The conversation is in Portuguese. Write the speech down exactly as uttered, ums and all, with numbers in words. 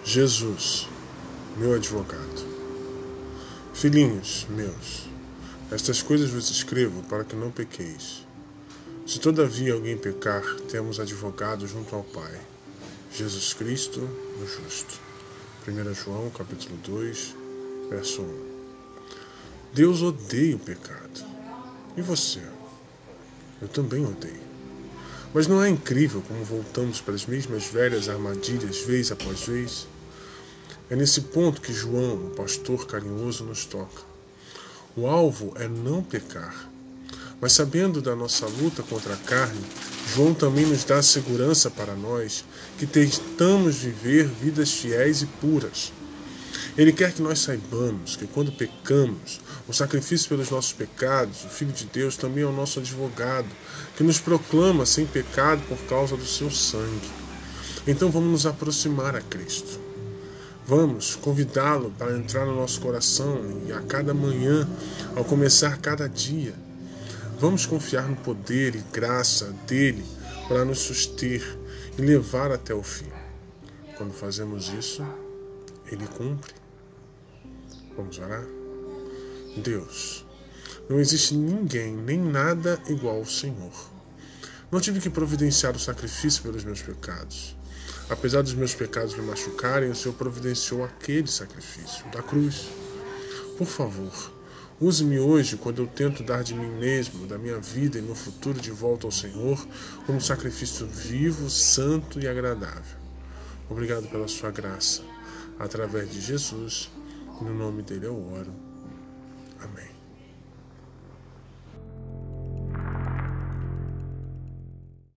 Jesus, meu advogado. Filhinhos meus, estas coisas vos escrevo para que não pequeis. Se todavia alguém pecar, temos advogado junto ao Pai, Jesus Cristo, o justo. primeiro João, capítulo dois, verso um. Deus odeia o pecado. E você? Eu também odeio. Mas não é incrível como voltamos para as mesmas velhas armadilhas vez após vez? É nesse ponto que João, o pastor carinhoso, nos toca. O alvo é não pecar. Mas sabendo da nossa luta contra a carne, João também nos dá segurança para nós que tentamos viver vidas fiéis e puras. Ele quer que nós saibamos que quando pecamos, o sacrifício pelos nossos pecados, o Filho de Deus também é o nosso advogado, que nos proclama sem pecado por causa do seu sangue. Então vamos nos aproximar a Cristo. Vamos convidá-lo para entrar no nosso coração e a cada manhã, ao começar cada dia, vamos confiar no poder e graça dele para nos suster e levar até o fim. Quando fazemos isso, ele cumpre. Vamos orar? Deus, não existe ninguém nem nada igual ao Senhor. Não tive que providenciar o sacrifício pelos meus pecados. Apesar dos meus pecados me machucarem, o Senhor providenciou aquele sacrifício, da cruz. Por favor, use-me hoje quando eu tento dar de mim mesmo, da minha vida e meu futuro de volta ao Senhor, como sacrifício vivo, santo e agradável. Obrigado pela sua graça. Através de Jesus, no nome dele eu oro. Amém.